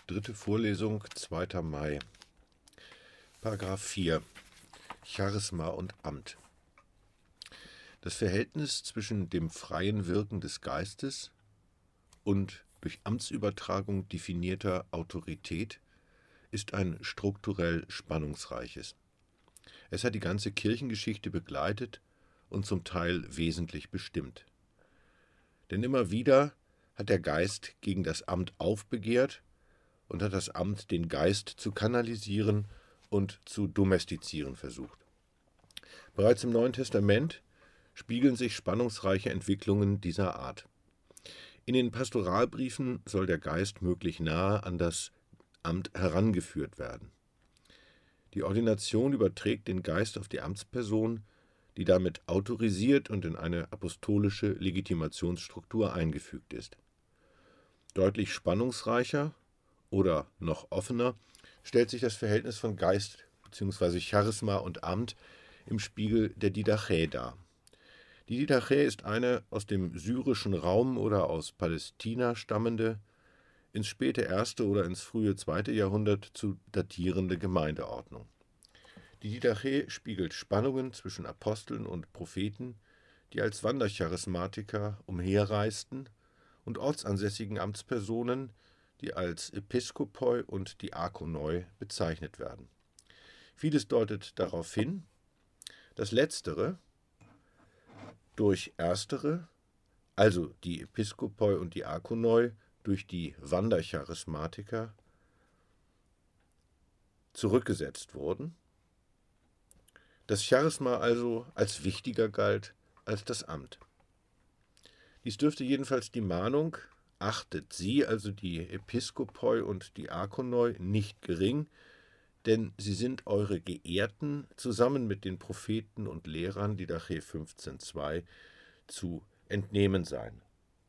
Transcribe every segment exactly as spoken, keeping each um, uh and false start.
Dritte Vorlesung, zweiter Mai. Paragraph vier. Charisma und Amt. Das Verhältnis zwischen dem freien Wirken des Geistes und durch Amtsübertragung definierter Autorität ist ein strukturell spannungsreiches. Es hat die ganze Kirchengeschichte begleitet und zum Teil wesentlich bestimmt. Denn immer wieder hat der Geist gegen das Amt aufbegehrt und hat das Amt, den Geist zu kanalisieren und zu domestizieren versucht. Bereits im Neuen Testament spiegeln sich spannungsreiche Entwicklungen dieser Art. In den Pastoralbriefen soll der Geist möglich nahe an das Amt herangeführt werden. Die Ordination überträgt den Geist auf die Amtsperson, die damit autorisiert und in eine apostolische Legitimationsstruktur eingefügt ist. Deutlich spannungsreicher oder noch offener stellt sich das Verhältnis von Geist bzw. Charisma und Amt im Spiegel der Didache dar. Die Didache ist eine aus dem syrischen Raum oder aus Palästina stammende, ins späte erste oder ins frühe zweite Jahrhundert zu datierende Gemeindeordnung. Die Didache spiegelt Spannungen zwischen Aposteln und Propheten, die als Wandercharismatiker umherreisten, und ortsansässigen Amtspersonen, die als Episkopoi und Diakonoi bezeichnet werden. Vieles deutet darauf hin, dass letztere durch erstere, also die Episkopoi und Diakonoi, durch die Wandercharismatiker zurückgesetzt wurden, das Charisma also als wichtiger galt als das Amt. Dies dürfte jedenfalls die Mahnung, achtet sie, also die Episkopoi und Diakonoi, nicht gering, denn sie sind eure Geehrten, zusammen mit den Propheten und Lehrern, Didache fünfzehn Punkt zwei, zu entnehmen sein.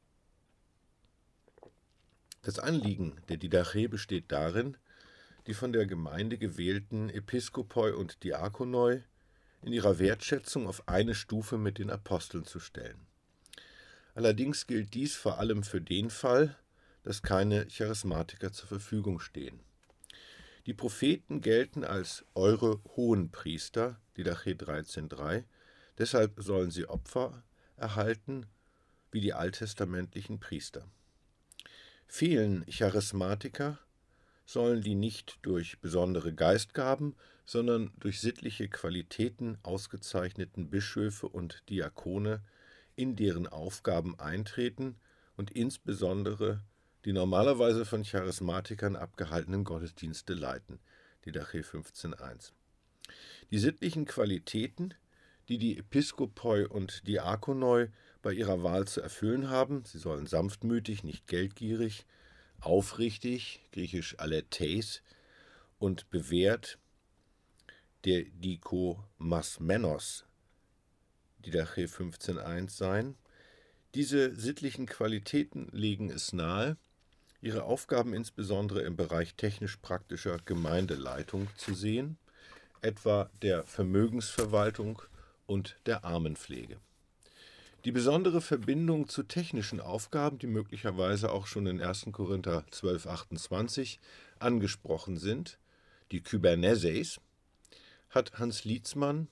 Das Anliegen der Didache besteht darin, die von der Gemeinde gewählten Episkopoi und Diakonoi in ihrer Wertschätzung auf eine Stufe mit den Aposteln zu stellen. Allerdings gilt dies vor allem für den Fall, dass keine Charismatiker zur Verfügung stehen. Die Propheten gelten als eure Hohenpriester, Didache dreizehn Punkt drei, deshalb sollen sie Opfer erhalten wie die alttestamentlichen Priester. Fehlen Charismatiker, sollen die nicht durch besondere Geistgaben, sondern durch sittliche Qualitäten ausgezeichneten Bischöfe und Diakone in deren Aufgaben eintreten und insbesondere die normalerweise von Charismatikern abgehaltenen Gottesdienste leiten, Didache fünfzehn Punkt eins. Die sittlichen Qualitäten, die die Episkopoi und Diakonoi bei ihrer Wahl zu erfüllen haben, sie sollen sanftmütig, nicht geldgierig, aufrichtig, griechisch aletheis, und bewährt, der Dikomasmenos, Didache fünfzehn Punkt eins sein. Diese sittlichen Qualitäten legen es nahe, ihre Aufgaben insbesondere im Bereich technisch-praktischer Gemeindeleitung zu sehen, etwa der Vermögensverwaltung und der Armenpflege. Die besondere Verbindung zu technischen Aufgaben, die möglicherweise auch schon in erster Korinther zwölf achtundzwanzig angesprochen sind, die Kyberneses, hat Hans Lietzmann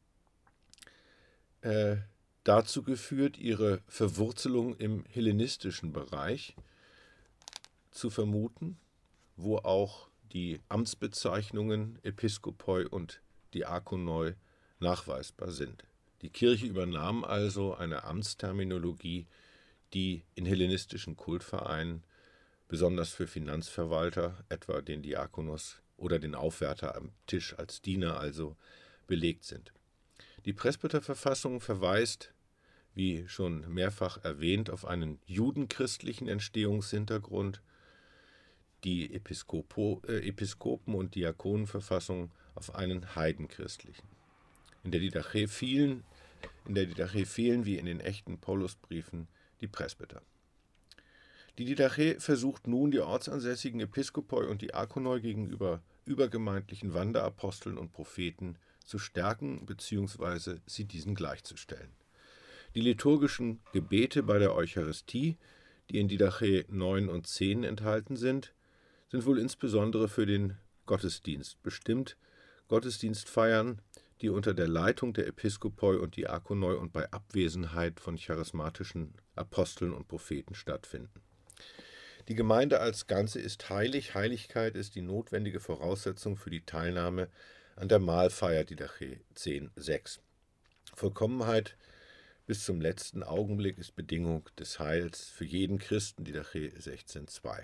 äh, dazu geführt, ihre Verwurzelung im hellenistischen Bereich zu vermuten, wo auch die Amtsbezeichnungen Episkopoi und Diakonoi nachweisbar sind. Die Kirche übernahm also eine Amtsterminologie, die in hellenistischen Kultvereinen, besonders für Finanzverwalter, etwa den Diakonos oder den Aufwärter am Tisch als Diener also, belegt sind. Die Presbyterverfassung verweist, wie schon mehrfach erwähnt, auf einen judenchristlichen Entstehungshintergrund, die Episkopo, äh, Episkopen- und Diakonenverfassung auf einen heidenchristlichen. In der Didache fehlen, in der Didache fehlen, wie in den echten Paulusbriefen, die Presbyter. Die Didache versucht nun, die ortsansässigen Episkopoi und Diakonoi gegenüber übergemeindlichen Wanderaposteln und Propheten zu stärken bzw. sie diesen gleichzustellen. Die liturgischen Gebete bei der Eucharistie, die in Didache neun und zehn enthalten sind, sind wohl insbesondere für den Gottesdienst bestimmt, Gottesdienstfeiern, die unter der Leitung der Episkopoi und Diakonoi und bei Abwesenheit von charismatischen Aposteln und Propheten stattfinden. Die Gemeinde als Ganze ist heilig. Heiligkeit ist die notwendige Voraussetzung für die Teilnahme an der Mahlfeier Didache zehn sechs. Vollkommenheit bis zum letzten Augenblick ist Bedingung des Heils für jeden Christen Didache sechzehn zwei.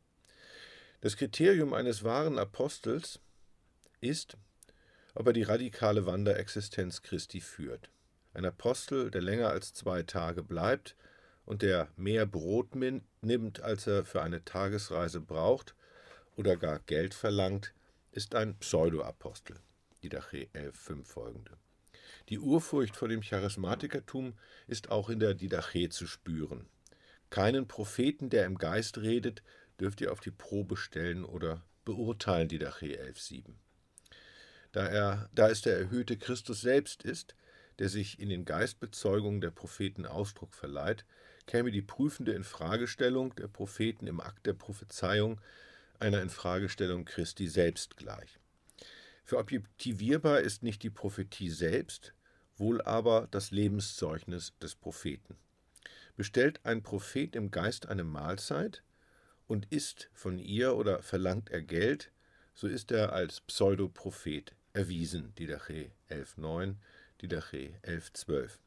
Das Kriterium eines wahren Apostels ist, ob er die radikale Wanderexistenz Christi führt. Ein Apostel, der länger als zwei Tage bleibt und der mehr Brot nimmt, als er für eine Tagesreise braucht oder gar Geld verlangt, ist ein Pseudo-Apostel. Didache elf fünf folgende. Die Urfurcht vor dem Charismatikertum ist auch in der Didache zu spüren. Keinen Propheten, der im Geist redet, dürft ihr auf die Probe stellen oder beurteilen, Didache elf sieben. Da, er, da es der erhöhte Christus selbst ist, der sich in den Geistbezeugungen der Propheten Ausdruck verleiht, käme die prüfende Infragestellung der Propheten im Akt der Prophezeiung einer Infragestellung Christi selbst gleich. Für objektivierbar ist nicht die Prophetie selbst, wohl aber das Lebenszeugnis des Propheten. Bestellt ein Prophet im Geist eine Mahlzeit und isst von ihr oder verlangt er Geld, so ist er als Pseudoprophet erwiesen, Didache elf neun, Didache elf zwölf.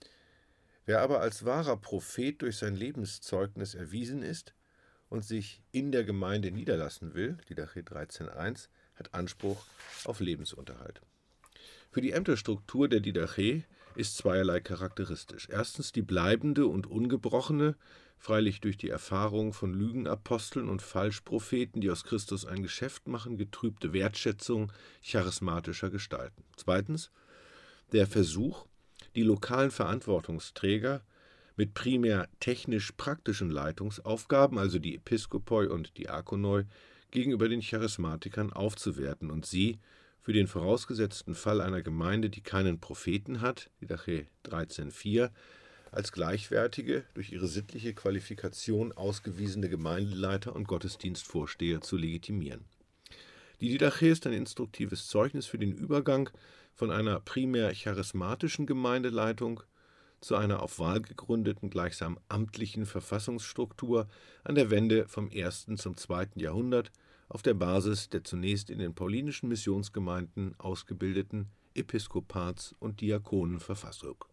Wer aber als wahrer Prophet durch sein Lebenszeugnis erwiesen ist und sich in der Gemeinde niederlassen will, Didache dreizehn eins, hat Anspruch auf Lebensunterhalt. Für die Ämterstruktur der Didache ist zweierlei charakteristisch. Erstens die bleibende und ungebrochene, freilich durch die Erfahrung von Lügenaposteln und Falschpropheten, die aus Christus ein Geschäft machen, getrübte Wertschätzung charismatischer Gestalten. Zweitens der Versuch, die lokalen Verantwortungsträger mit primär technisch-praktischen Leitungsaufgaben, also die Episkopoi und Diakonoi, gegenüber den Charismatikern aufzuwerten und sie für den vorausgesetzten Fall einer Gemeinde, die keinen Propheten hat, Didache dreizehn vier, als gleichwertige, durch ihre sittliche Qualifikation ausgewiesene Gemeindeleiter und Gottesdienstvorsteher zu legitimieren. Die Didache ist ein instruktives Zeugnis für den Übergang von einer primär charismatischen Gemeindeleitung zu einer auf Wahl gegründeten, gleichsam amtlichen Verfassungsstruktur an der Wende vom ersten zum zweiten Jahrhundert auf der Basis der zunächst in den paulinischen Missionsgemeinden ausgebildeten Episkopats- und Diakonenverfassung.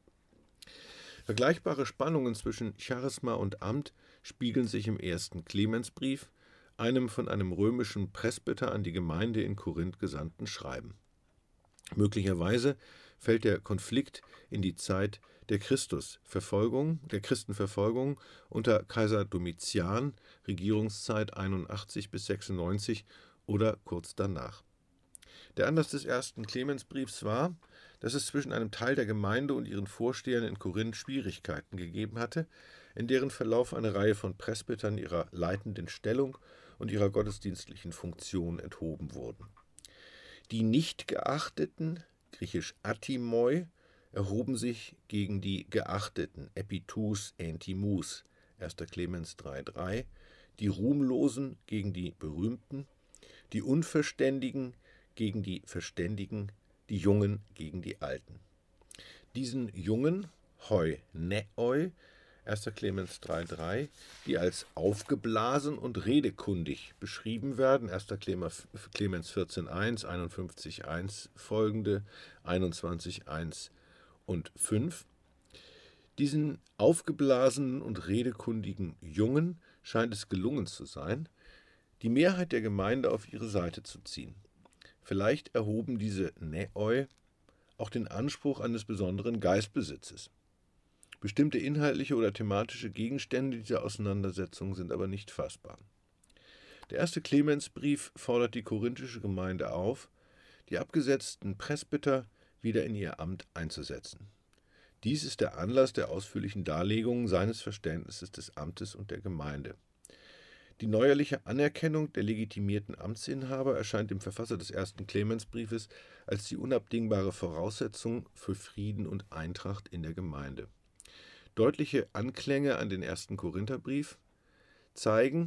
Vergleichbare Spannungen zwischen Charisma und Amt spiegeln sich im ersten Clemensbrief, einem von einem römischen Presbyter an die Gemeinde in Korinth gesandten Schreiben. Möglicherweise fällt der Konflikt in die Zeit der Christusverfolgung, der Christenverfolgung unter Kaiser Domitian, Regierungszeit einundachtzig bis sechsundneunzig oder kurz danach. Der Anlass des ersten Clemensbriefs war, dass es zwischen einem Teil der Gemeinde und ihren Vorstehern in Korinth Schwierigkeiten gegeben hatte, in deren Verlauf eine Reihe von Presbytern ihrer leitenden Stellung und ihrer gottesdienstlichen Funktion enthoben wurden. Die nicht Geachteten, griechisch Atimoi, erhoben sich gegen die Geachteten, Epitus, Entimus, erster Clemens drei drei, die Ruhmlosen gegen die Berühmten, die Unverständigen gegen die Verständigen, die Jungen gegen die Alten. Diesen Jungen, hoi neoi, erster Clemens drei drei, die als aufgeblasen und redekundig beschrieben werden, erster Clemens vierzehn eins, einundfünfzig eins folgende, einundzwanzig eins und fünf. Diesen aufgeblasenen und redekundigen Jungen scheint es gelungen zu sein, die Mehrheit der Gemeinde auf ihre Seite zu ziehen. Vielleicht erhoben diese Neoi auch den Anspruch eines besonderen Geistbesitzes. Bestimmte inhaltliche oder thematische Gegenstände dieser Auseinandersetzung sind aber nicht fassbar. Der erste Clemensbrief fordert die korinthische Gemeinde auf, die abgesetzten Presbyter wieder in ihr Amt einzusetzen. Dies ist der Anlass der ausführlichen Darlegung seines Verständnisses des Amtes und der Gemeinde. Die neuerliche Anerkennung der legitimierten Amtsinhaber erscheint dem Verfasser des ersten Clemensbriefes als die unabdingbare Voraussetzung für Frieden und Eintracht in der Gemeinde. Deutliche Anklänge an den ersten Korintherbrief zeigen,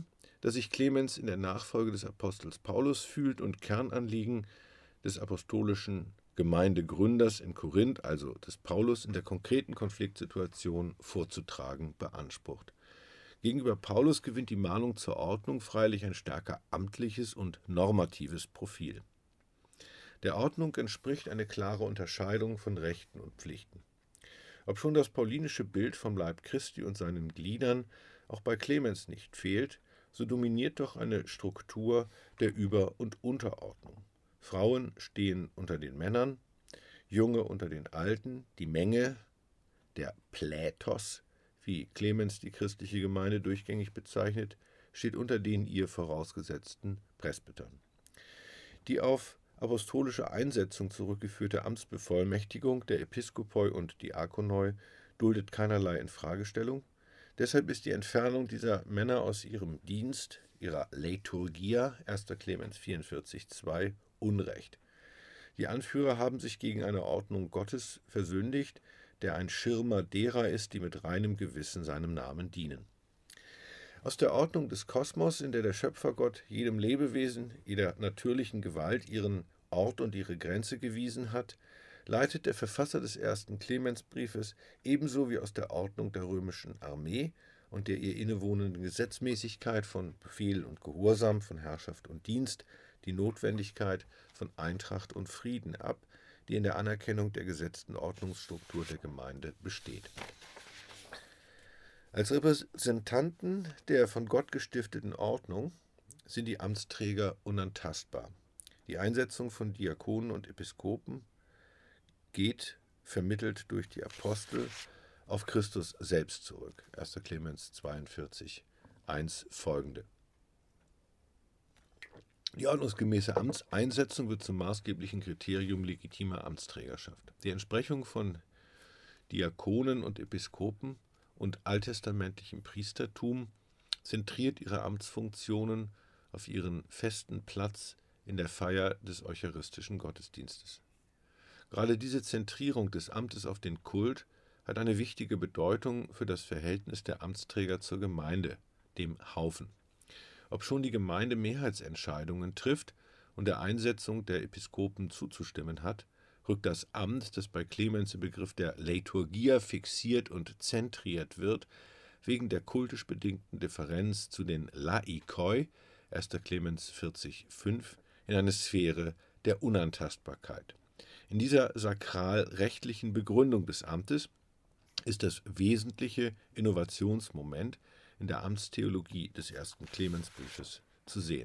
dass sich Clemens in der Nachfolge des Apostels Paulus fühlt und Kernanliegen des apostolischen Gemeindegründers in Korinth, also des Paulus, in der konkreten Konfliktsituation vorzutragen beansprucht. Gegenüber Paulus gewinnt die Mahnung zur Ordnung freilich ein stärker amtliches und normatives Profil. Der Ordnung entspricht eine klare Unterscheidung von Rechten und Pflichten. Obschon das paulinische Bild vom Leib Christi und seinen Gliedern auch bei Clemens nicht fehlt, so dominiert doch eine Struktur der Über- und Unterordnung. Frauen stehen unter den Männern, Junge unter den Alten, die Menge, der Plätos, wie Clemens die christliche Gemeinde durchgängig bezeichnet, steht unter den ihr vorausgesetzten Presbytern. Die auf apostolische Einsetzung zurückgeführte Amtsbevollmächtigung der Episkopoi und Diakonoi duldet keinerlei Infragestellung. Deshalb ist die Entfernung dieser Männer aus ihrem Dienst, ihrer Liturgia, erster Clemens vierundvierzig Komma zwei, Unrecht. Die Anführer haben sich gegen eine Ordnung Gottes versündigt, der ein Schirmer derer ist, die mit reinem Gewissen seinem Namen dienen. Aus der Ordnung des Kosmos, in der der Schöpfergott jedem Lebewesen, jeder natürlichen Gewalt ihren Ort und ihre Grenze gewiesen hat, leitet der Verfasser des ersten Clemensbriefes ebenso wie aus der Ordnung der römischen Armee und der ihr innewohnenden Gesetzmäßigkeit von Befehl und Gehorsam, von Herrschaft und Dienst die Notwendigkeit von Eintracht und Frieden ab, die in der Anerkennung der gesetzten Ordnungsstruktur der Gemeinde besteht. Als Repräsentanten der von Gott gestifteten Ordnung sind die Amtsträger unantastbar. Die Einsetzung von Diakonen und Episkopen geht, vermittelt durch die Apostel, auf Christus selbst zurück. erster Clemens zweiundvierzig, eins folgende. Die ordnungsgemäße Amtseinsetzung wird zum maßgeblichen Kriterium legitimer Amtsträgerschaft. Die Entsprechung von Diakonen und Episkopen und alttestamentlichem Priestertum zentriert ihre Amtsfunktionen auf ihren festen Platz in der Feier des eucharistischen Gottesdienstes. Gerade diese Zentrierung des Amtes auf den Kult hat eine wichtige Bedeutung für das Verhältnis der Amtsträger zur Gemeinde, dem Haufen. Obschon die Gemeinde Mehrheitsentscheidungen trifft und der Einsetzung der Episkopen zuzustimmen hat, rückt das Amt, das bei Clemens im Begriff der Liturgia fixiert und zentriert wird, wegen der kultisch bedingten Differenz zu den Laikoi, erster Clemens vierzig Komma fünf, in eine Sphäre der Unantastbarkeit. In dieser sakral-rechtlichen Begründung des Amtes ist das wesentliche Innovationsmoment in der Amtstheologie des ersten Clemensbriefes zu sehen.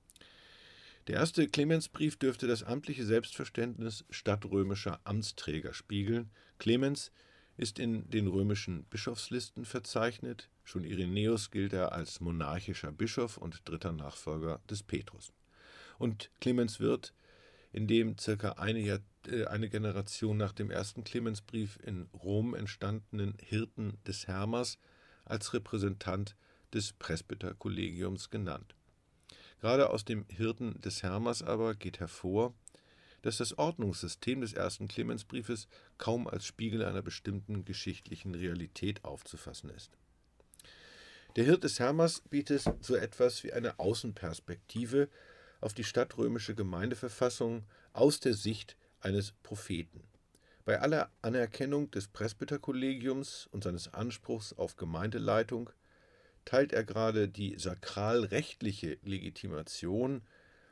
Der erste Clemensbrief dürfte das amtliche Selbstverständnis stadtrömischer Amtsträger spiegeln. Clemens ist in den römischen Bischofslisten verzeichnet. Schon Irenäus gilt er als monarchischer Bischof und dritter Nachfolger des Petrus. Und Clemens wird in dem circa eine, Jahr, äh, eine Generation nach dem ersten Clemensbrief in Rom entstandenen Hirten des Hermas als Repräsentant des Presbyterkollegiums genannt. Gerade aus dem Hirten des Hermas aber geht hervor, dass das Ordnungssystem des ersten Clemensbriefes kaum als Spiegel einer bestimmten geschichtlichen Realität aufzufassen ist. Der Hirt des Hermas bietet so etwas wie eine Außenperspektive auf die stadtrömische Gemeindeverfassung aus der Sicht eines Propheten. Bei aller Anerkennung des Presbyterkollegiums und seines Anspruchs auf Gemeindeleitung teilt er gerade die sakralrechtliche Legitimation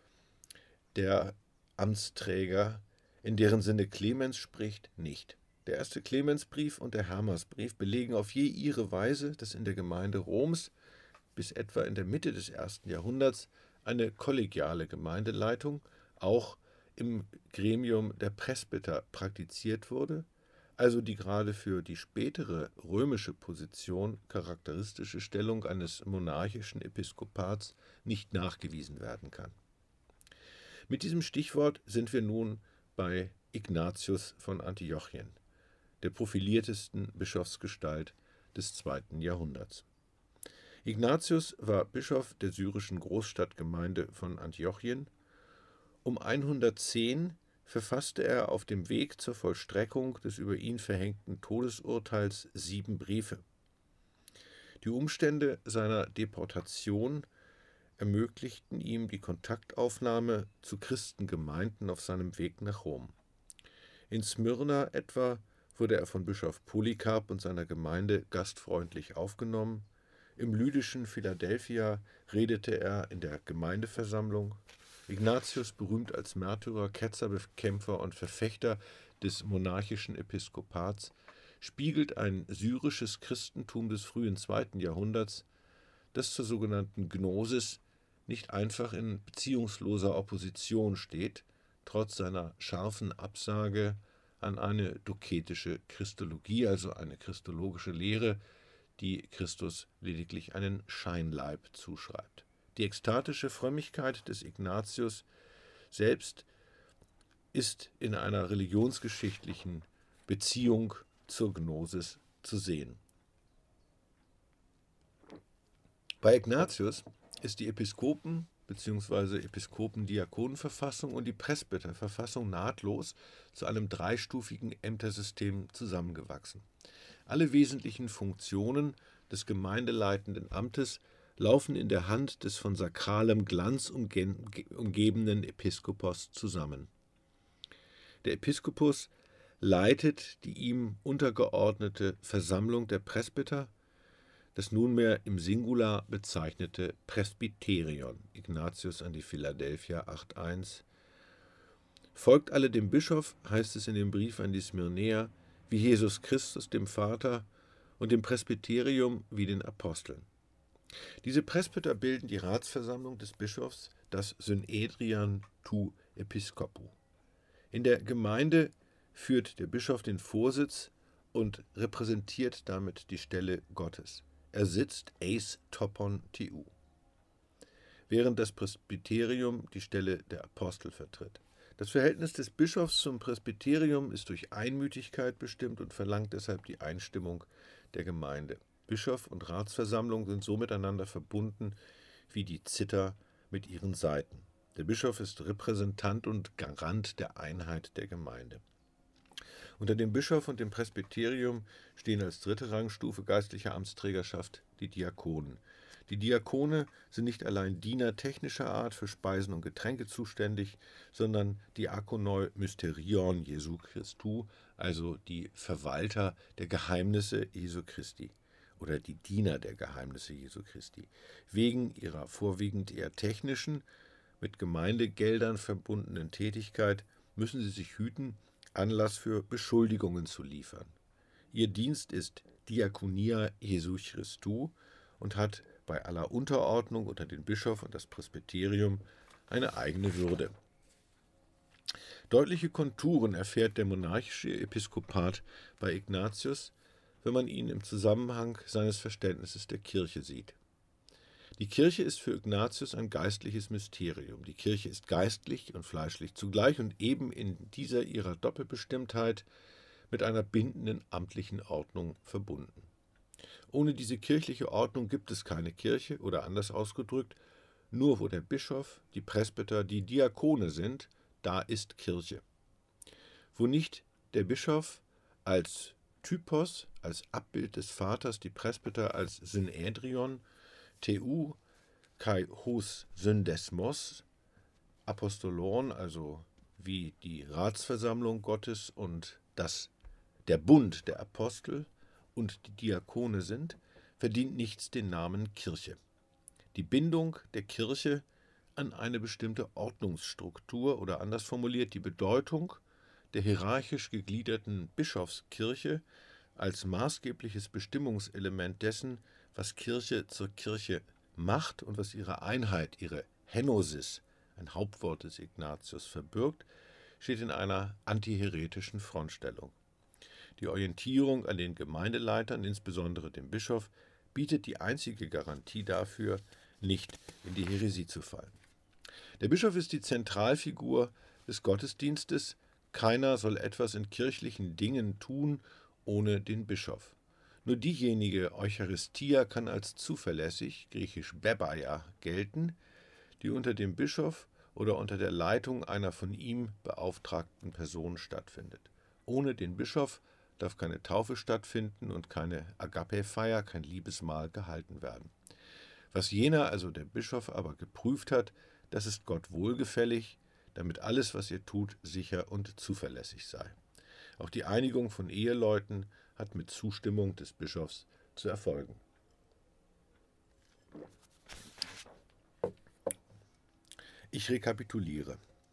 der Amtsträger, in deren Sinne Clemens spricht, nicht. Der erste Clemensbrief und der Hermasbrief belegen auf je ihre Weise, dass in der Gemeinde Roms bis etwa in der Mitte des ersten Jahrhunderts eine kollegiale Gemeindeleitung auch im Gremium der Presbyter praktiziert wurde, also die gerade für die spätere römische Position charakteristische Stellung eines monarchischen Episkopats nicht nachgewiesen werden kann. Mit diesem Stichwort sind wir nun bei Ignatius von Antiochien, der profiliertesten Bischofsgestalt des zweiten Jahrhunderts. Ignatius war Bischof der syrischen Großstadtgemeinde von Antiochien. Um hundertzehn verfasste er auf dem Weg zur Vollstreckung des über ihn verhängten Todesurteils sieben Briefe. Die Umstände seiner Deportation ermöglichten ihm die Kontaktaufnahme zu Christengemeinden auf seinem Weg nach Rom. In Smyrna etwa wurde er von Bischof Polycarp und seiner Gemeinde gastfreundlich aufgenommen. Im lydischen Philadelphia redete er in der Gemeindeversammlung. Ignatius, berühmt als Märtyrer, Ketzerbekämpfer und Verfechter des monarchischen Episkopats, spiegelt ein syrisches Christentum des frühen zweiten Jahrhunderts, das zur sogenannten Gnosis nicht einfach in beziehungsloser Opposition steht, trotz seiner scharfen Absage an eine doketische Christologie, also eine christologische Lehre, die Christus lediglich einen Scheinleib zuschreibt. Die ekstatische Frömmigkeit des Ignatius selbst ist in einer religionsgeschichtlichen Beziehung zur Gnosis zu sehen. Bei Ignatius ist die Episkopen- bzw. Episkopen-Diakonen-Verfassung und die Presbyterverfassung nahtlos zu einem dreistufigen Ämtersystem zusammengewachsen. Alle wesentlichen Funktionen des gemeindeleitenden Amtes laufen in der Hand des von sakralem Glanz umgebenen Episkopos zusammen. Der Episkopos leitet die ihm untergeordnete Versammlung der Presbyter, das nunmehr im Singular bezeichnete Presbyterion, Ignatius an die Philadelphia acht eins. Folgt alle dem Bischof, heißt es in dem Brief an die Smyrneer, wie Jesus Christus dem Vater und dem Presbyterium wie den Aposteln. Diese Presbyter bilden die Ratsversammlung des Bischofs, das Synedrion tu Episcopu. In der Gemeinde führt der Bischof den Vorsitz und repräsentiert damit die Stelle Gottes. Er sitzt eis topon tiu, während das Presbyterium die Stelle der Apostel vertritt. Das Verhältnis des Bischofs zum Presbyterium ist durch Einmütigkeit bestimmt und verlangt deshalb die Einstimmung der Gemeinde. Bischof und Ratsversammlung sind so miteinander verbunden wie die Zither mit ihren Saiten. Der Bischof ist Repräsentant und Garant der Einheit der Gemeinde. Unter dem Bischof und dem Presbyterium stehen als dritte Rangstufe geistlicher Amtsträgerschaft die Diakonen. Die Diakone sind nicht allein Diener technischer Art für Speisen und Getränke zuständig, sondern Diakonoi Mysterion Jesu Christu, also die Verwalter der Geheimnisse Jesu Christi oder die Diener der Geheimnisse Jesu Christi. Wegen ihrer vorwiegend eher technischen, mit Gemeindegeldern verbundenen Tätigkeit müssen sie sich hüten, Anlass für Beschuldigungen zu liefern. Ihr Dienst ist Diaconia Jesu Christu und hat bei aller Unterordnung unter den Bischof und das Presbyterium eine eigene Würde. Deutliche Konturen erfährt der monarchische Episkopat bei Ignatius, wenn man ihn im Zusammenhang seines Verständnisses der Kirche sieht. Die Kirche ist für Ignatius ein geistliches Mysterium. Die Kirche ist geistlich und fleischlich zugleich und eben in dieser ihrer Doppelbestimmtheit mit einer bindenden amtlichen Ordnung verbunden. Ohne diese kirchliche Ordnung gibt es keine Kirche oder anders ausgedrückt, nur wo der Bischof, die Presbyter, die Diakone sind, da ist Kirche. Wo nicht der Bischof als Typos, als Abbild des Vaters, die Presbyter als Synedrion, Theu, kai hos syndesmos, Apostolon, also wie die Ratsversammlung Gottes und das, der Bund der Apostel und die Diakone sind, verdient nichts den Namen Kirche. Die Bindung der Kirche an eine bestimmte Ordnungsstruktur oder anders formuliert die Bedeutung der hierarchisch gegliederten Bischofskirche als maßgebliches Bestimmungselement dessen, was Kirche zur Kirche macht und was ihre Einheit, ihre Henosis, ein Hauptwort des Ignatius, verbirgt, steht in einer antiheretischen Frontstellung. Die Orientierung an den Gemeindeleitern, insbesondere dem Bischof, bietet die einzige Garantie dafür, nicht in die Häresie zu fallen. Der Bischof ist die Zentralfigur des Gottesdienstes. Keiner soll etwas in kirchlichen Dingen tun ohne den Bischof. Nur diejenige Eucharistia kann als zuverlässig, griechisch Bebaia, gelten, die unter dem Bischof oder unter der Leitung einer von ihm beauftragten Person stattfindet. Ohne den Bischof darf keine Taufe stattfinden und keine Agape-Feier, kein Liebesmahl gehalten werden. Was jener, also der Bischof, aber geprüft hat, das ist Gott wohlgefällig, damit alles, was ihr tut, sicher und zuverlässig sei. Auch die Einigung von Eheleuten hat mit Zustimmung des Bischofs zu erfolgen. Ich rekapituliere.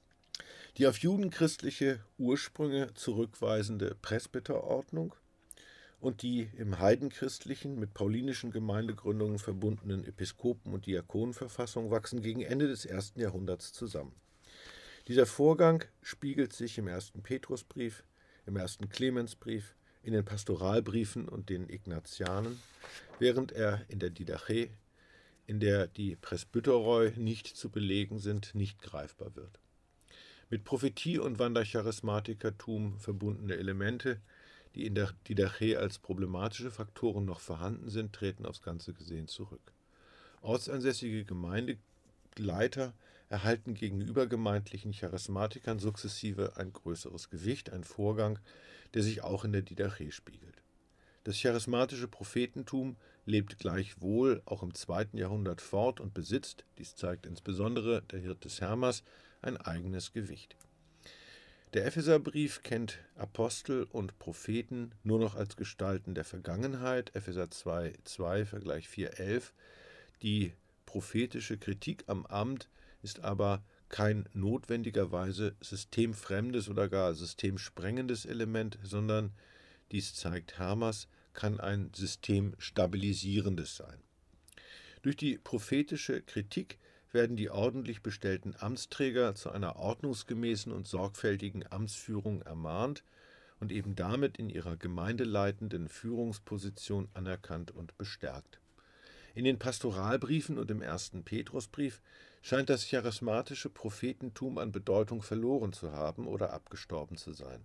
Die auf judenchristliche Ursprünge zurückweisende Presbyterordnung und die im heidenchristlichen mit paulinischen Gemeindegründungen verbundenen Episkopen- und Diakonenverfassung wachsen gegen Ende des ersten Jahrhunderts zusammen. Dieser Vorgang spiegelt sich im ersten Petrusbrief, im ersten Clemensbrief, in den Pastoralbriefen und den Ignatianen, während er in der Didache, in der die Presbyteroi nicht zu belegen sind, nicht greifbar wird. Mit Prophetie und Wandercharismatikertum verbundene Elemente, die in der Didache als problematische Faktoren noch vorhanden sind, treten aufs Ganze gesehen zurück. Ortsansässige Gemeindeleiter erhalten gegenüber gemeindlichen Charismatikern sukzessive ein größeres Gewicht, ein Vorgang, der sich auch in der Didache spiegelt. Das charismatische Prophetentum lebt gleichwohl auch im zweiten Jahrhundert fort und besitzt, dies zeigt insbesondere der Hirt des Hermas, ein eigenes Gewicht. Der Epheserbrief kennt Apostel und Propheten nur noch als Gestalten der Vergangenheit, Epheser zwei zwei, Vergleich vier elf. Die prophetische Kritik am Amt ist aber kein notwendigerweise systemfremdes oder gar systemsprengendes Element, sondern, dies zeigt Hermas, kann ein systemstabilisierendes sein. Durch die prophetische Kritik werden die ordentlich bestellten Amtsträger zu einer ordnungsgemäßen und sorgfältigen Amtsführung ermahnt und eben damit in ihrer gemeindeleitenden Führungsposition anerkannt und bestärkt. In den Pastoralbriefen und im ersten Petrusbrief scheint das charismatische Prophetentum an Bedeutung verloren zu haben oder abgestorben zu sein.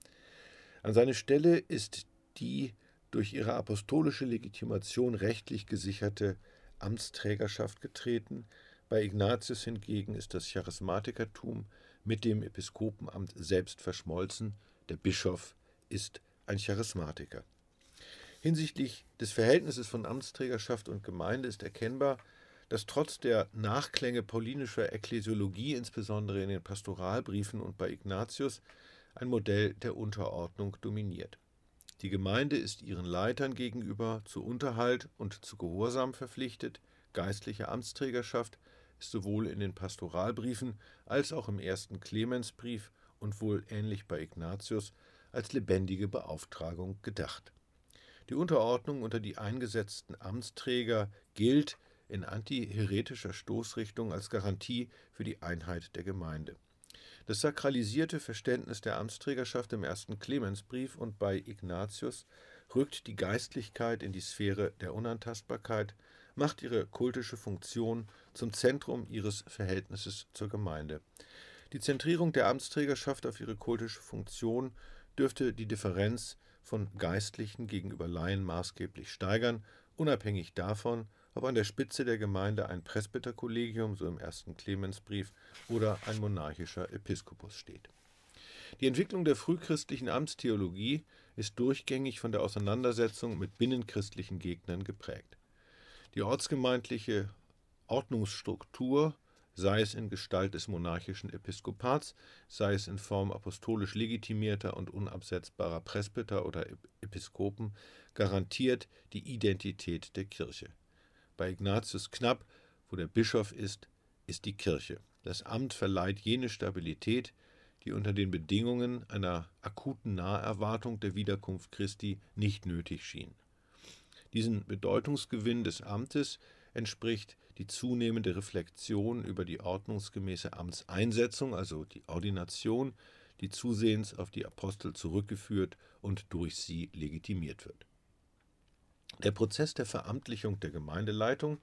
An seine Stelle ist die durch ihre apostolische Legitimation rechtlich gesicherte Amtsträgerschaft getreten. Bei Ignatius hingegen ist das Charismatikertum mit dem Episkopenamt selbst verschmolzen. Der Bischof ist ein Charismatiker. Hinsichtlich des Verhältnisses von Amtsträgerschaft und Gemeinde ist erkennbar, dass trotz der Nachklänge paulinischer Ekklesiologie, insbesondere in den Pastoralbriefen und bei Ignatius, ein Modell der Unterordnung dominiert. Die Gemeinde ist ihren Leitern gegenüber zu Unterhalt und zu Gehorsam verpflichtet. Geistliche Amtsträgerschaft ist sowohl in den Pastoralbriefen als auch im ersten Clemensbrief und wohl ähnlich bei Ignatius als lebendige Beauftragung gedacht. Die Unterordnung unter die eingesetzten Amtsträger gilt in antiheretischer Stoßrichtung als Garantie für die Einheit der Gemeinde. Das sakralisierte Verständnis der Amtsträgerschaft im ersten Clemensbrief und bei Ignatius rückt die Geistlichkeit in die Sphäre der Unantastbarkeit, macht ihre kultische Funktion zum Zentrum ihres Verhältnisses zur Gemeinde. Die Zentrierung der Amtsträgerschaft auf ihre kultische Funktion dürfte die Differenz von Geistlichen gegenüber Laien maßgeblich steigern, unabhängig davon, ob an der Spitze der Gemeinde ein Presbyterkollegium, so im ersten Clemensbrief, oder ein monarchischer Episkopus steht. Die Entwicklung der frühchristlichen Amtstheologie ist durchgängig von der Auseinandersetzung mit binnenchristlichen Gegnern geprägt. Die ortsgemeindliche Ordnungsstruktur, sei es in Gestalt des monarchischen Episkopats, sei es in Form apostolisch legitimierter und unabsetzbarer Presbyter oder Episkopen, garantiert die Identität der Kirche. Bei Ignatius knapp, wo der Bischof ist, ist die Kirche. Das Amt verleiht jene Stabilität, die unter den Bedingungen einer akuten Naherwartung der Wiederkunft Christi nicht nötig schien. Diesen Bedeutungsgewinn des Amtes entspricht die zunehmende Reflexion über die ordnungsgemäße Amtseinsetzung, also die Ordination, die zusehends auf die Apostel zurückgeführt und durch sie legitimiert wird. Der Prozess der Veramtlichung der Gemeindeleitung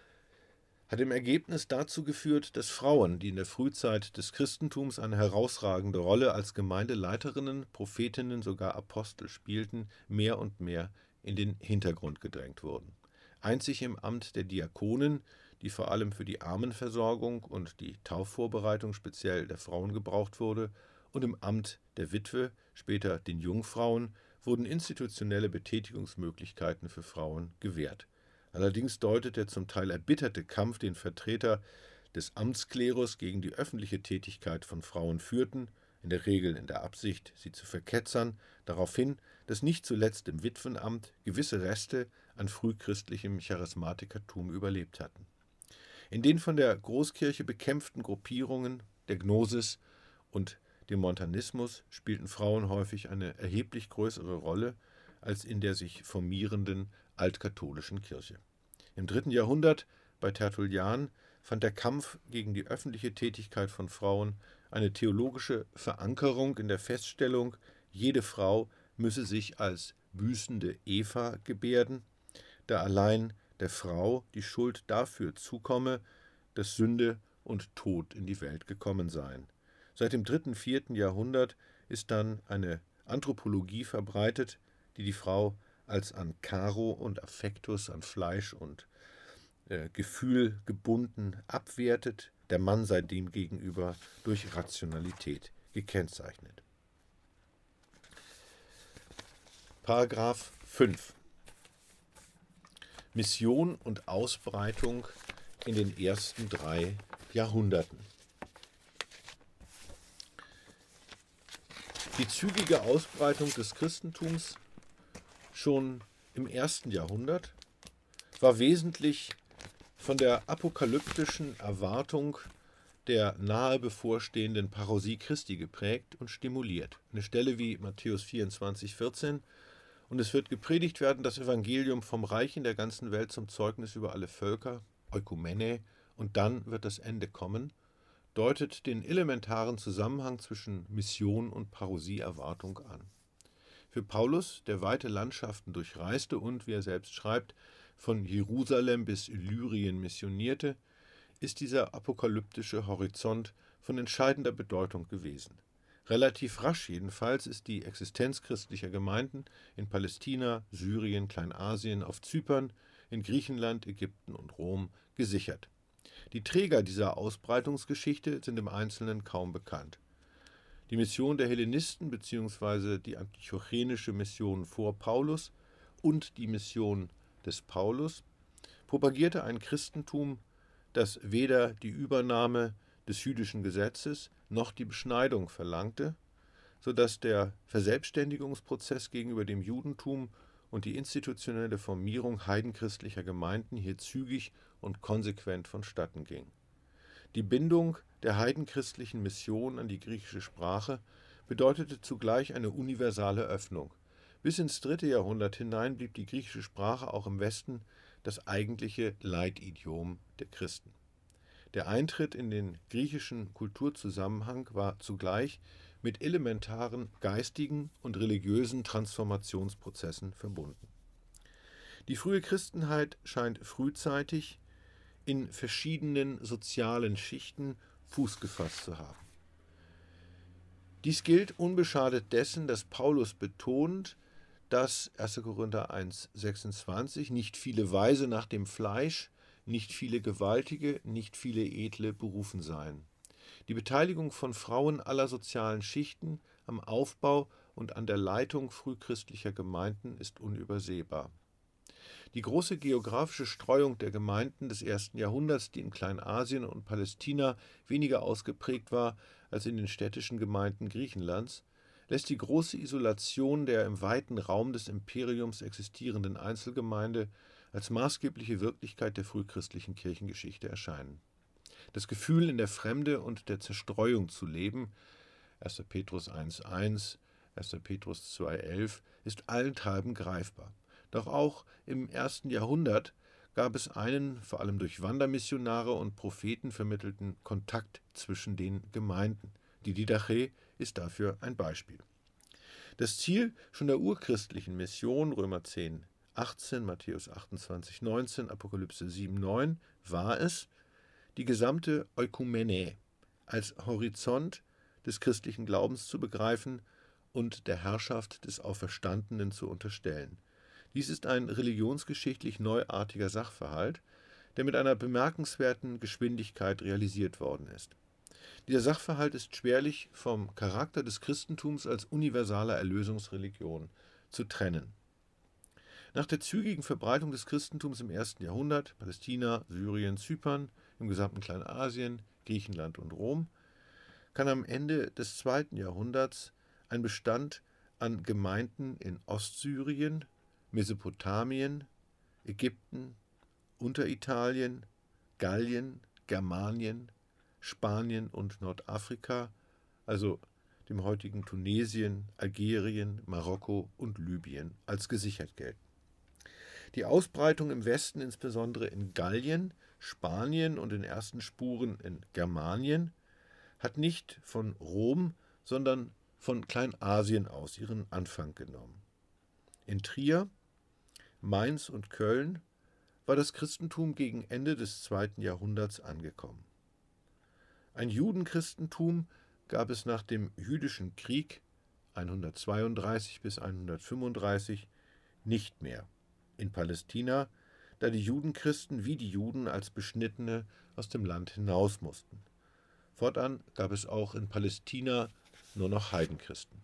hat im Ergebnis dazu geführt, dass Frauen, die in der Frühzeit des Christentums eine herausragende Rolle als Gemeindeleiterinnen, Prophetinnen, sogar Apostel spielten, mehr und mehr in den Hintergrund gedrängt wurden. Einzig im Amt der Diakonen, die vor allem für die Armenversorgung und die Taufvorbereitung speziell der Frauen gebraucht wurde, und im Amt der Witwe, später den Jungfrauen, wurden institutionelle Betätigungsmöglichkeiten für Frauen gewährt. Allerdings deutet der zum Teil erbitterte Kampf, den Vertreter des Amtsklerus gegen die öffentliche Tätigkeit von Frauen führten, in der Regel in der Absicht, sie zu verketzern, darauf hin, dass nicht zuletzt im Witwenamt gewisse Reste an frühchristlichem Charismatikertum überlebt hatten. In den von der Großkirche bekämpften Gruppierungen der Gnosis und dem Montanismus spielten Frauen häufig eine erheblich größere Rolle als in der sich formierenden altkatholischen Kirche. Im dritten Jahrhundert, bei Tertullian, fand der Kampf gegen die öffentliche Tätigkeit von Frauen eine theologische Verankerung in der Feststellung, jede Frau müsse sich als büßende Eva gebärden, da allein der Frau die Schuld dafür zukomme, dass Sünde und Tod in die Welt gekommen seien. Seit dem dritten, vierten Jahrhundert ist dann eine Anthropologie verbreitet, die die Frau als an Caro und Affektus, an Fleisch und äh, Gefühl gebunden abwertet. Der Mann sei demgegenüber durch Rationalität gekennzeichnet. Paragraph fünf. Mission und Ausbreitung in den ersten drei Jahrhunderten. Die zügige Ausbreitung des Christentums schon im ersten Jahrhundert war wesentlich von der apokalyptischen Erwartung der nahe bevorstehenden Parousie Christi geprägt und stimuliert. Eine Stelle wie Matthäus vierundzwanzig, vierzehn: Und es wird gepredigt werden, das Evangelium vom Reich in der ganzen Welt zum Zeugnis über alle Völker, Ökumene, und dann wird das Ende kommen, deutet den elementaren Zusammenhang zwischen Mission und Parousie-Erwartung an. Für Paulus, der weite Landschaften durchreiste und, wie er selbst schreibt, von Jerusalem bis Illyrien missionierte, ist dieser apokalyptische Horizont von entscheidender Bedeutung gewesen. Relativ rasch jedenfalls ist die Existenz christlicher Gemeinden in Palästina, Syrien, Kleinasien, auf Zypern, in Griechenland, Ägypten und Rom gesichert. Die Träger dieser Ausbreitungsgeschichte sind im Einzelnen kaum bekannt. Die Mission der Hellenisten bzw. die antiochenische Mission vor Paulus und die Mission des Paulus propagierte ein Christentum, das weder die Übernahme des jüdischen Gesetzes noch die Beschneidung verlangte, sodass der Verselbstständigungsprozess gegenüber dem Judentum und die institutionelle Formierung heidenchristlicher Gemeinden hier zügig und konsequent vonstatten ging. Die Bindung der heidenchristlichen Mission an die griechische Sprache bedeutete zugleich eine universale Öffnung. Bis ins dritte Jahrhundert hinein blieb die griechische Sprache auch im Westen das eigentliche Leitidiom der Christen. Der Eintritt in den griechischen Kulturzusammenhang war zugleich mit elementaren geistigen und religiösen Transformationsprozessen verbunden. Die frühe Christenheit scheint frühzeitig in verschiedenen sozialen Schichten Fuß gefasst zu haben. Dies gilt unbeschadet dessen, dass Paulus betont, dass erster Korinther eins, sechsundzwanzig nicht viele Weise nach dem Fleisch, nicht viele Gewaltige, nicht viele Edle berufen seien. Die Beteiligung von Frauen aller sozialen Schichten am Aufbau und an der Leitung frühchristlicher Gemeinden ist unübersehbar. Die große geografische Streuung der Gemeinden des ersten Jahrhunderts, die in Kleinasien und Palästina weniger ausgeprägt war als in den städtischen Gemeinden Griechenlands, lässt die große Isolation der im weiten Raum des Imperiums existierenden Einzelgemeinde als maßgebliche Wirklichkeit der frühchristlichen Kirchengeschichte erscheinen. Das Gefühl, in der Fremde und der Zerstreuung zu leben, erster Petrus eins, eins, erster Petrus zwei, elf, ist allenthalben greifbar. Doch auch im ersten Jahrhundert gab es einen, vor allem durch Wandermissionare und Propheten vermittelten Kontakt zwischen den Gemeinden. Die Didache ist dafür ein Beispiel. Das Ziel schon der urchristlichen Mission, Römer zehn, achtzehn, Matthäus achtundzwanzig, neunzehn, Apokalypse sieben, neun, war es, die gesamte Ökumene als Horizont des christlichen Glaubens zu begreifen und der Herrschaft des Auferstandenen zu unterstellen. Dies ist ein religionsgeschichtlich neuartiger Sachverhalt, der mit einer bemerkenswerten Geschwindigkeit realisiert worden ist. Dieser Sachverhalt ist schwerlich vom Charakter des Christentums als universaler Erlösungsreligion zu trennen. Nach der zügigen Verbreitung des Christentums im ersten Jahrhundert, Palästina, Syrien, Zypern, im gesamten Kleinasien, Griechenland und Rom, kann am Ende des zweiten Jahrhunderts ein Bestand an Gemeinden in Ostsyrien, Mesopotamien, Ägypten, Unteritalien, Gallien, Germanien, Spanien und Nordafrika, also dem heutigen Tunesien, Algerien, Marokko und Libyen, als gesichert gelten. Die Ausbreitung im Westen, insbesondere in Gallien, Spanien und in ersten Spuren in Germanien, hat nicht von Rom, sondern von Kleinasien aus ihren Anfang genommen. In Trier, Mainz und Köln war das Christentum gegen Ende des zweiten Jahrhunderts angekommen. Ein Judenchristentum gab es nach dem Jüdischen Krieg hundertzweiunddreißig bis hundertfünfunddreißig nicht mehr in Palästina, da die Judenchristen wie die Juden als Beschnittene aus dem Land hinaus mussten. Fortan gab es auch in Palästina nur noch Heidenchristen.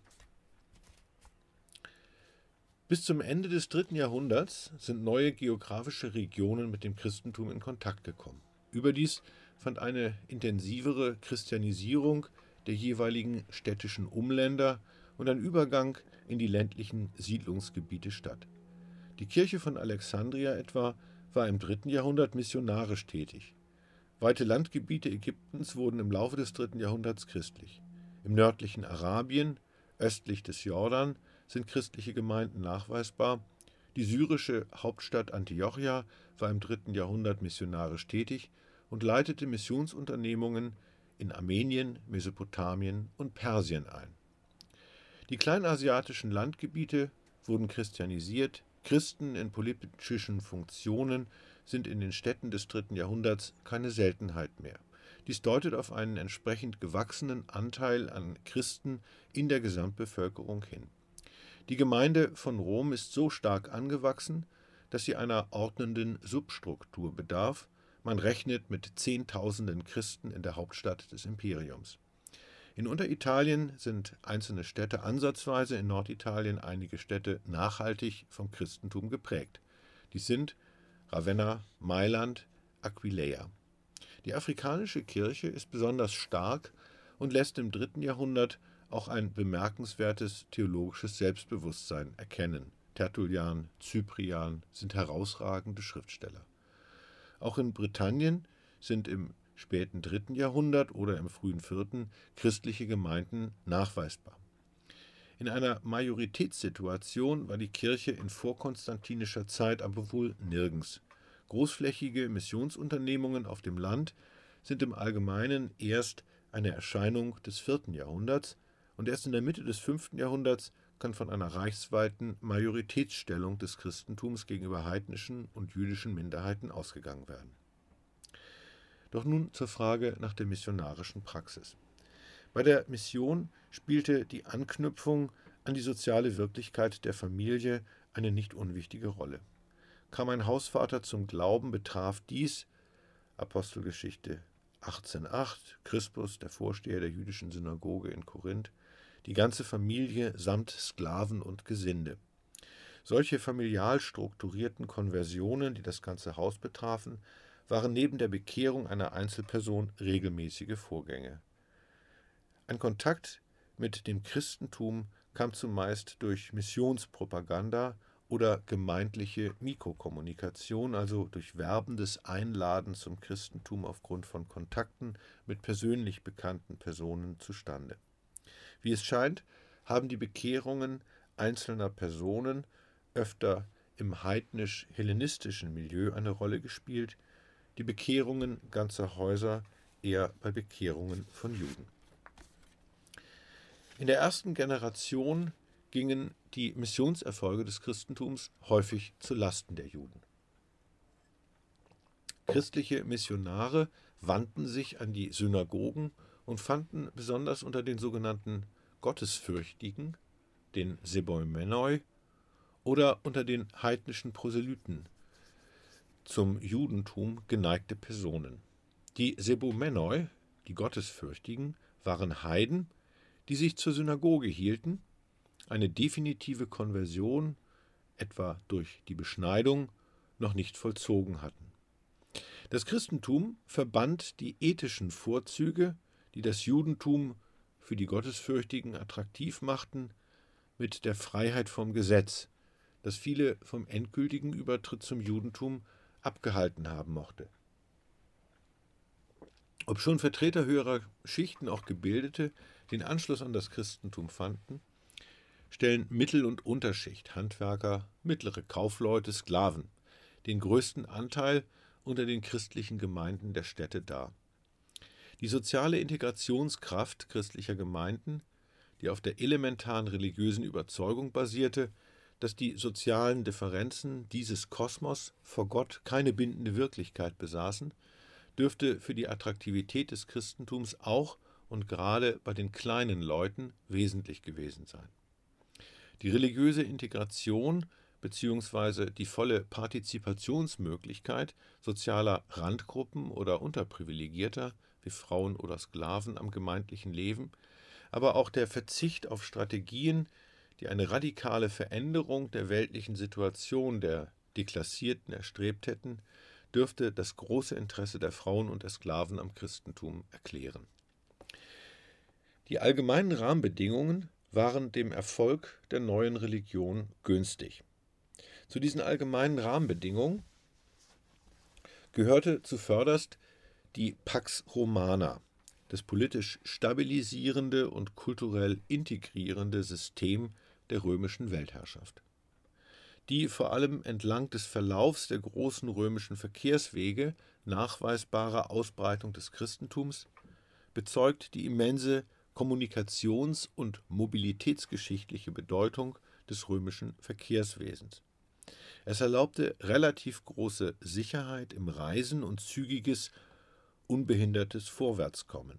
Bis zum Ende des dritten Jahrhunderts sind neue geografische Regionen mit dem Christentum in Kontakt gekommen. Überdies fand eine intensivere Christianisierung der jeweiligen städtischen Umländer und ein Übergang in die ländlichen Siedlungsgebiete statt. Die Kirche von Alexandria etwa war im dritten Jahrhundert missionarisch tätig. Weite Landgebiete Ägyptens wurden im Laufe des dritten Jahrhunderts christlich. Im nördlichen Arabien, östlich des Jordan, sind christliche Gemeinden nachweisbar. Die syrische Hauptstadt Antiochia war im dritten Jahrhundert missionarisch tätig und leitete Missionsunternehmungen in Armenien, Mesopotamien und Persien ein. Die kleinasiatischen Landgebiete wurden christianisiert. Christen in politischen Funktionen sind in den Städten des dritten Jahrhunderts keine Seltenheit mehr. Dies deutet auf einen entsprechend gewachsenen Anteil an Christen in der Gesamtbevölkerung hin. Die Gemeinde von Rom ist so stark angewachsen, dass sie einer ordnenden Substruktur bedarf. Man rechnet mit Zehntausenden Christen in der Hauptstadt des Imperiums. In Unteritalien sind einzelne Städte ansatzweise, in Norditalien einige Städte nachhaltig vom Christentum geprägt. Dies sind Ravenna, Mailand, Aquileia. Die afrikanische Kirche ist besonders stark und lässt im dritten Jahrhundert auch ein bemerkenswertes theologisches Selbstbewusstsein erkennen. Tertullian, Cyprian sind herausragende Schriftsteller. Auch in Britannien sind im späten dritten Jahrhundert oder im frühen vierten christliche Gemeinden nachweisbar. In einer Majoritätssituation war die Kirche in vorkonstantinischer Zeit aber wohl nirgends. Großflächige Missionsunternehmungen auf dem Land sind im Allgemeinen erst eine Erscheinung des vierten Jahrhunderts und erst in der Mitte des fünften Jahrhunderts kann von einer reichsweiten Majoritätsstellung des Christentums gegenüber heidnischen und jüdischen Minderheiten ausgegangen werden. Doch nun zur Frage nach der missionarischen Praxis. Bei der Mission spielte die Anknüpfung an die soziale Wirklichkeit der Familie eine nicht unwichtige Rolle. Kam ein Hausvater zum Glauben, betraf dies, Apostelgeschichte achtzehn acht, Crispus, der Vorsteher der jüdischen Synagoge in Korinth, die ganze Familie samt Sklaven und Gesinde. Solche familial strukturierten Konversionen, die das ganze Haus betrafen, waren neben der Bekehrung einer Einzelperson regelmäßige Vorgänge. Ein Kontakt mit dem Christentum kam zumeist durch Missionspropaganda oder gemeindliche Mikrokommunikation, also durch werbendes Einladen zum Christentum aufgrund von Kontakten mit persönlich bekannten Personen zustande. Wie es scheint, haben die Bekehrungen einzelner Personen öfter im heidnisch-hellenistischen Milieu eine Rolle gespielt, die Bekehrungen ganzer Häuser eher bei Bekehrungen von Juden. In der ersten Generation gingen die Missionserfolge des Christentums häufig zu Lasten der Juden. Christliche Missionare wandten sich an die Synagogen und fanden besonders unter den sogenannten Gottesfürchtigen, den Seboimenoi, oder unter den heidnischen Proselyten zum Judentum geneigte Personen. Die Seboimenoi, die Gottesfürchtigen, waren Heiden, die sich zur Synagoge hielten. Eine definitive Konversion etwa durch die Beschneidung, noch nicht vollzogen hatten. Das Christentum verband die ethischen Vorzüge, die das Judentum für die Gottesfürchtigen attraktiv machten, mit der Freiheit vom Gesetz, das viele vom endgültigen Übertritt zum Judentum abgehalten haben mochte. Obschon Vertreter höherer Schichten, auch Gebildete, den Anschluss an das Christentum fanden, stellen Mittel- und Unterschicht, Handwerker, mittlere Kaufleute, Sklaven den größten Anteil unter den christlichen Gemeinden der Städte dar. Die soziale Integrationskraft christlicher Gemeinden, die auf der elementaren religiösen Überzeugung basierte, dass die sozialen Differenzen dieses Kosmos vor Gott keine bindende Wirklichkeit besaßen, dürfte für die Attraktivität des Christentums auch und gerade bei den kleinen Leuten wesentlich gewesen sein. Die religiöse Integration bzw. die volle Partizipationsmöglichkeit sozialer Randgruppen oder Unterprivilegierter wie Frauen oder Sklaven am gemeindlichen Leben, aber auch der Verzicht auf Strategien, die eine radikale Veränderung der weltlichen Situation der Deklassierten erstrebt hätten, dürfte das große Interesse der Frauen und der Sklaven am Christentum erklären. Die allgemeinen Rahmenbedingungen waren dem Erfolg der neuen Religion günstig. Zu diesen allgemeinen Rahmenbedingungen gehörte zuvörderst die Pax Romana, das politisch stabilisierende und kulturell integrierende System der römischen Weltherrschaft. Die vor allem entlang des Verlaufs der großen römischen Verkehrswege nachweisbare Ausbreitung des Christentums bezeugt die immense kommunikations- und mobilitätsgeschichtliche Bedeutung des römischen Verkehrswesens. Es erlaubte relativ große Sicherheit im Reisen und zügiges, unbehindertes Vorwärtskommen.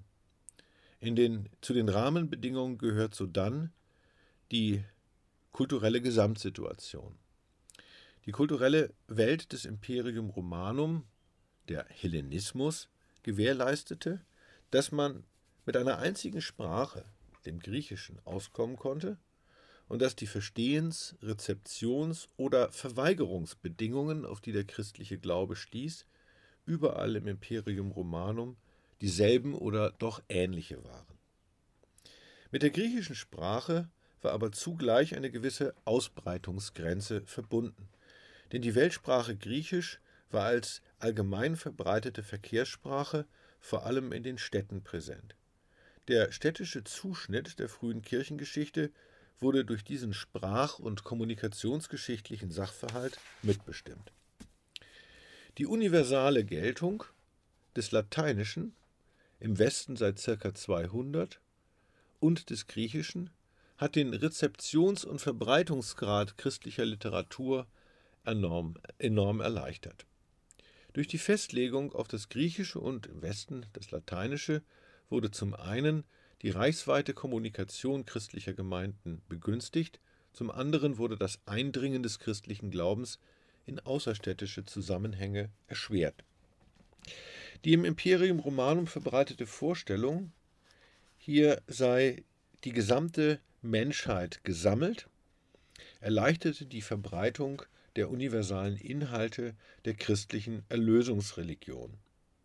In den, zu den Rahmenbedingungen gehört sodann die kulturelle Gesamtsituation. Die kulturelle Welt des Imperium Romanum, der Hellenismus, gewährleistete, dass man mit einer einzigen Sprache, dem Griechischen, auskommen konnte und dass die Verstehens-, Rezeptions- oder Verweigerungsbedingungen, auf die der christliche Glaube stieß, überall im Imperium Romanum dieselben oder doch ähnliche waren. Mit der griechischen Sprache war aber zugleich eine gewisse Ausbreitungsgrenze verbunden, denn die Weltsprache Griechisch war als allgemein verbreitete Verkehrssprache vor allem in den Städten präsent. Der städtische Zuschnitt der frühen Kirchengeschichte wurde durch diesen sprach- und kommunikationsgeschichtlichen Sachverhalt mitbestimmt. Die universale Geltung des Lateinischen, im Westen seit ca. zweihundert, und des Griechischen hat den Rezeptions- und Verbreitungsgrad christlicher Literatur enorm, enorm erleichtert. Durch die Festlegung auf das Griechische und im Westen das Lateinische wurde zum einen die reichsweite Kommunikation christlicher Gemeinden begünstigt, zum anderen wurde das Eindringen des christlichen Glaubens in außerstädtische Zusammenhänge erschwert. Die im Imperium Romanum verbreitete Vorstellung, hier sei die gesamte Menschheit gesammelt, erleichterte die Verbreitung der universalen Inhalte der christlichen Erlösungsreligion.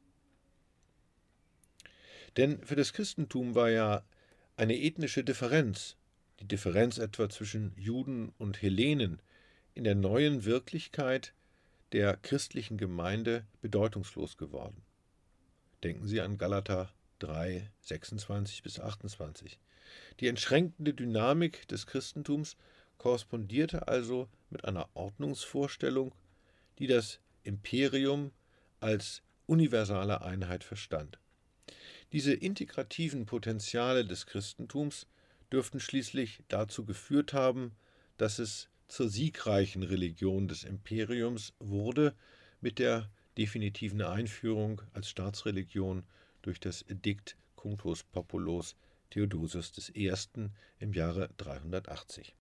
Denn für das Christentum war ja eine ethnische Differenz, die Differenz etwa zwischen Juden und Hellenen, in der neuen Wirklichkeit der christlichen Gemeinde bedeutungslos geworden. Denken Sie an Galater drei, sechsundzwanzig bis achtundzwanzig. Die entschränkende Dynamik des Christentums korrespondierte also mit einer Ordnungsvorstellung, die das Imperium als universale Einheit verstand. Diese integrativen Potenziale des Christentums dürften schließlich dazu geführt haben, dass es zur siegreichen Religion des Imperiums wurde, mit der definitiven Einführung als Staatsreligion durch das Edikt Cunctus Populos Theodosius I. im Jahre dreihundertachtzig.